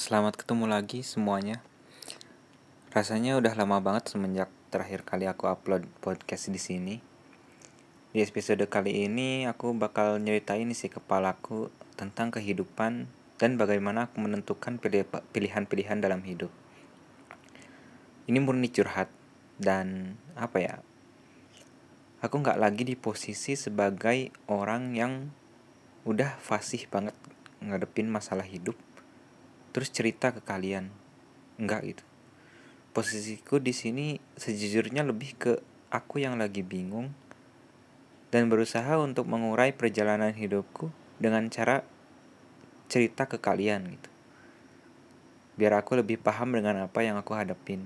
Selamat ketemu lagi semuanya. Rasanya udah lama banget semenjak terakhir kali aku upload podcast di sini. Di episode kali ini aku bakal nyeritain isi kepalaku tentang kehidupan dan bagaimana aku menentukan pilihan-pilihan dalam hidup. Ini murni curhat dan apa ya? Aku nggak lagi di posisi sebagai orang yang udah fasih banget ngadepin masalah hidup, terus cerita ke kalian. Enggak gitu. Posisiku di sini sejujurnya lebih ke aku yang lagi bingung dan berusaha untuk mengurai perjalanan hidupku dengan cara cerita ke kalian gitu. Biar aku lebih paham dengan apa yang aku hadapin.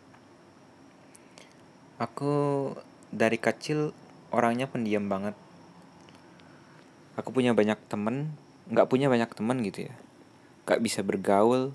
Aku dari kecil orangnya pendiam banget. Aku punya banyak temen, nggak punya banyak temen gitu ya. Gak bisa bergaul,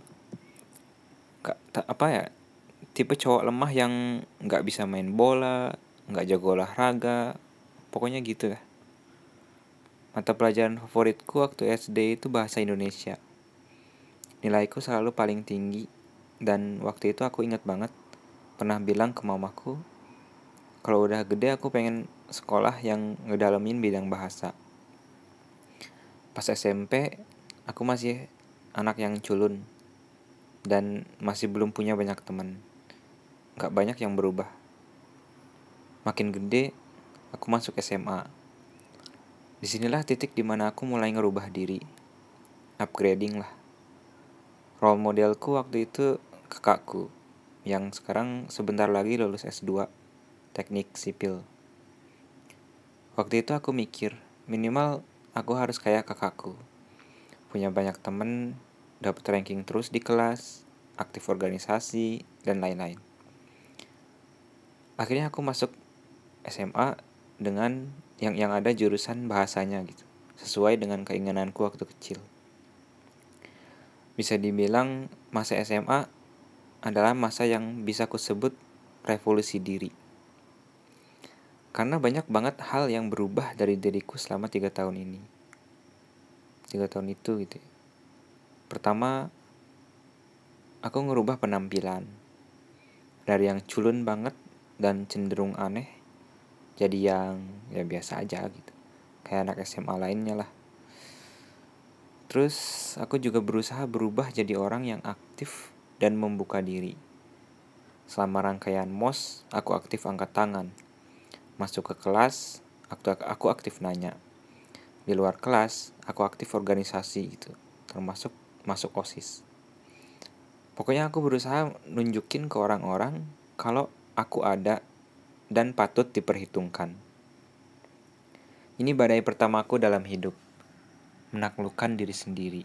apa ya? Tipe cowok lemah yang nggak bisa main bola, nggak jago olahraga, pokoknya gitu lah. Mata pelajaran favoritku waktu SD itu bahasa Indonesia. Nilaiku selalu paling tinggi dan waktu itu aku ingat banget pernah bilang ke mamaku kalau udah gede aku pengen sekolah yang ngedalamin bidang bahasa. Pas SMP aku masih anak yang culun dan masih belum punya banyak teman. Gak banyak yang berubah. Makin gede aku masuk SMA. Disinilah titik dimana aku mulai ngerubah diri, upgrading lah. Role modelku waktu itu kakakku yang sekarang sebentar lagi lulus S2 teknik sipil. Waktu itu aku mikir, minimal aku harus kayak kakakku. Punya banyak temen, dapat ranking terus di kelas, aktif organisasi, dan lain-lain. Akhirnya aku masuk SMA dengan yang ada jurusan bahasanya gitu, sesuai dengan keinginanku waktu kecil. Bisa dibilang masa SMA adalah masa yang bisa kusebut revolusi diri. Karena banyak banget hal yang berubah dari diriku selama 3 tahun ini. 3 tahun itu gitu ya. Pertama, aku ngerubah penampilan. Dari yang culun banget dan cenderung aneh, jadi yang ya biasa aja gitu. Kayak anak SMA lainnya lah. Terus aku juga berusaha berubah jadi orang yang aktif dan membuka diri. Selama rangkaian MOS, aku aktif angkat tangan. Masuk ke kelas, aku aktif nanya. Di luar kelas, aku aktif organisasi gitu, termasuk masuk OSIS. Pokoknya aku berusaha nunjukin ke orang-orang kalau aku ada dan patut diperhitungkan. Ini badai pertamaku dalam hidup, menaklukkan diri sendiri.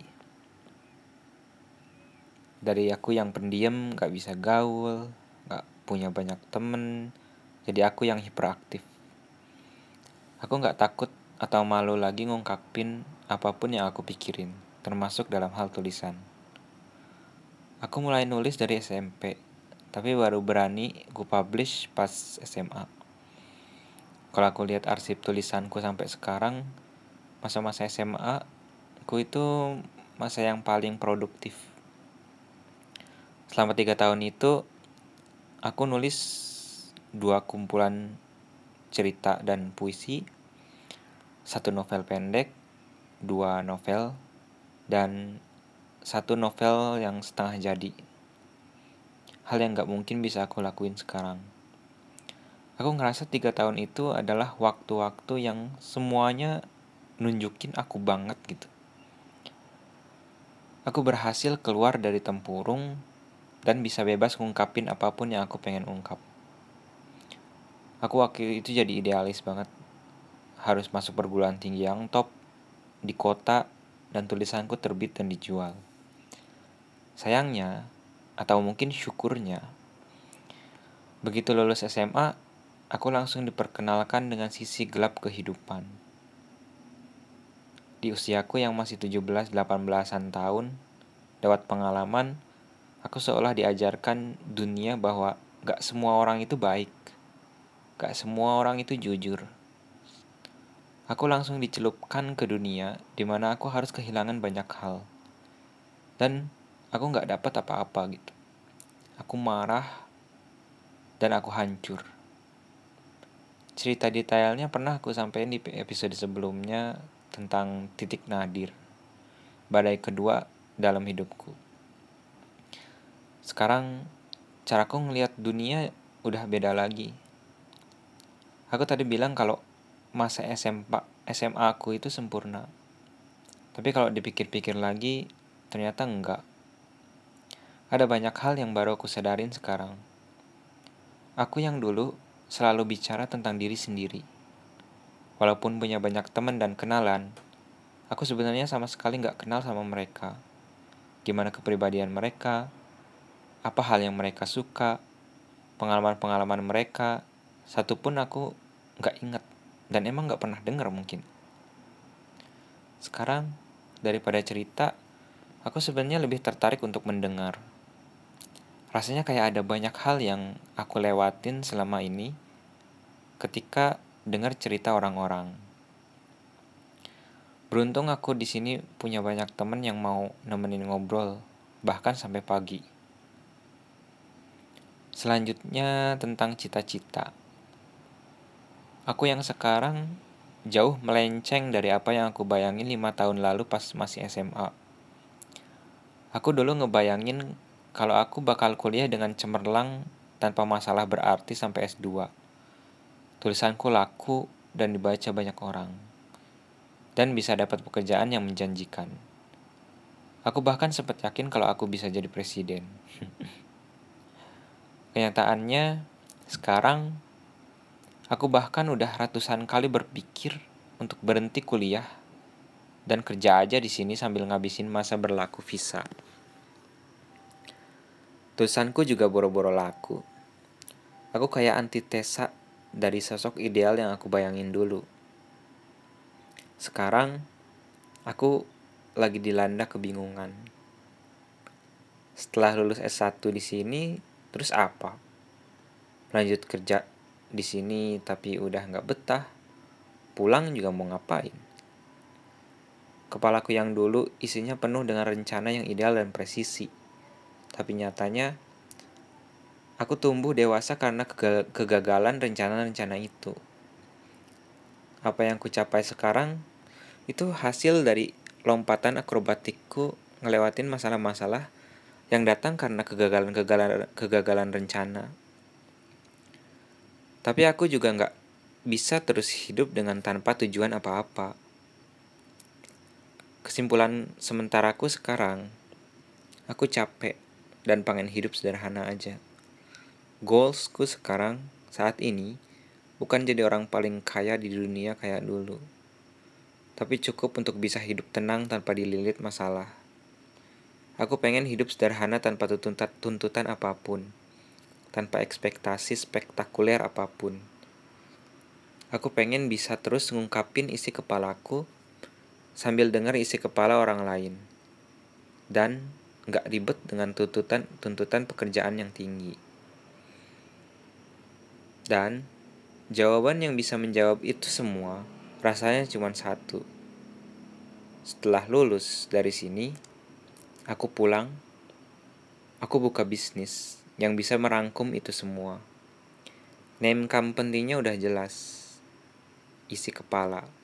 Dari aku yang pendiam, gak bisa gaul, gak punya banyak temen, jadi aku yang hiperaktif. Aku gak takut atau malu lagi ngungkapin apapun yang aku pikirin, termasuk dalam hal tulisan. Aku mulai nulis dari SMP, tapi baru berani gue publish pas SMA. Kalau aku lihat arsip tulisanku sampai sekarang, masa-masa SMA ku itu masa yang paling produktif. Selama 3 tahun itu, aku nulis 2 kumpulan cerita dan puisi, 1 novel pendek, 2 novel, dan 1 novel yang setengah jadi. Hal yang gak mungkin bisa aku lakuin sekarang. Aku ngerasa 3 tahun itu adalah waktu-waktu yang semuanya nunjukin aku banget gitu. Aku berhasil keluar dari tempurung dan bisa bebas ngungkapin apapun yang aku pengen ungkap. Aku waktu itu jadi idealis banget. Harus masuk perguruan tinggi yang top di kota dan tulisanku terbit dan dijual. Sayangnya, atau mungkin syukurnya, begitu lulus SMA, aku langsung diperkenalkan dengan sisi gelap kehidupan. Di usiaku yang masih 17-18an tahun, lewat pengalaman, aku seolah diajarkan dunia bahwa gak semua orang itu baik. Gak semua orang itu jujur. Aku langsung dicelupkan ke dunia di mana aku harus kehilangan banyak hal. Dan aku nggak dapat apa-apa gitu. Aku marah dan aku hancur. Cerita detailnya pernah aku sampaikan di episode sebelumnya tentang titik nadir, badai kedua dalam hidupku. Sekarang caraku ngelihat dunia udah beda lagi. Aku tadi bilang kalau masa SMA aku itu sempurna. Tapi kalau dipikir-pikir lagi, ternyata enggak. Ada banyak hal yang baru aku sadarin sekarang. Aku yang dulu selalu bicara tentang diri sendiri. Walaupun punya banyak teman dan kenalan, aku sebenarnya sama sekali nggak kenal sama mereka. Gimana kepribadian mereka, apa hal yang mereka suka, pengalaman-pengalaman mereka, satupun aku nggak inget dan emang nggak pernah dengar mungkin. Sekarang, daripada cerita, aku sebenarnya lebih tertarik untuk mendengar. Rasanya kayak ada banyak hal yang aku lewatin selama ini ketika dengar cerita orang-orang. Beruntung aku di sini punya banyak temen yang mau nemenin ngobrol, bahkan sampai pagi. Selanjutnya tentang cita-cita. Aku yang sekarang jauh melenceng dari apa yang aku bayangin 5 tahun lalu pas masih SMA. Aku dulu ngebayangin kalau aku bakal kuliah dengan cemerlang tanpa masalah berarti sampai S2. Tulisanku laku dan dibaca banyak orang. Dan bisa dapat pekerjaan yang menjanjikan. Aku bahkan sempat yakin kalau aku bisa jadi presiden. Kenyataannya, sekarang aku bahkan udah ratusan kali berpikir untuk berhenti kuliah dan kerja aja di sini sambil ngabisin masa berlaku visa. Tulisanku juga boro-boro laku. Aku kayak antitesa dari sosok ideal yang aku bayangin dulu. Sekarang, aku lagi dilanda kebingungan. Setelah lulus S1 di sini, terus apa? Lanjut kerja di sini tapi udah nggak betah. Pulang juga mau ngapain? Kepalaku yang dulu isinya penuh dengan rencana yang ideal dan presisi. Tapi nyatanya, aku tumbuh dewasa karena kegagalan rencana-rencana itu. Apa yang kucapai sekarang itu hasil dari lompatan akrobatikku ngelewatin masalah-masalah yang datang karena kegagalan rencana. Tapi aku juga nggak bisa terus hidup dengan tanpa tujuan apa-apa. Kesimpulan sementaraku sekarang, aku capek dan pengen hidup sederhana aja. Goalsku sekarang, saat ini, bukan jadi orang paling kaya di dunia kayak dulu. Tapi cukup untuk bisa hidup tenang tanpa dililit masalah. Aku pengen hidup sederhana tanpa tuntutan apapun. Tanpa ekspektasi spektakuler apapun. Aku pengen bisa terus ngungkapin isi kepalaku sambil dengar isi kepala orang lain. Dan gak ribet dengan tuntutan pekerjaan yang tinggi. Dan jawaban yang bisa menjawab itu semua rasanya cuma satu. Setelah lulus dari sini, aku pulang, aku buka bisnis yang bisa merangkum itu semua. Name company-nya udah jelas, isi kepala.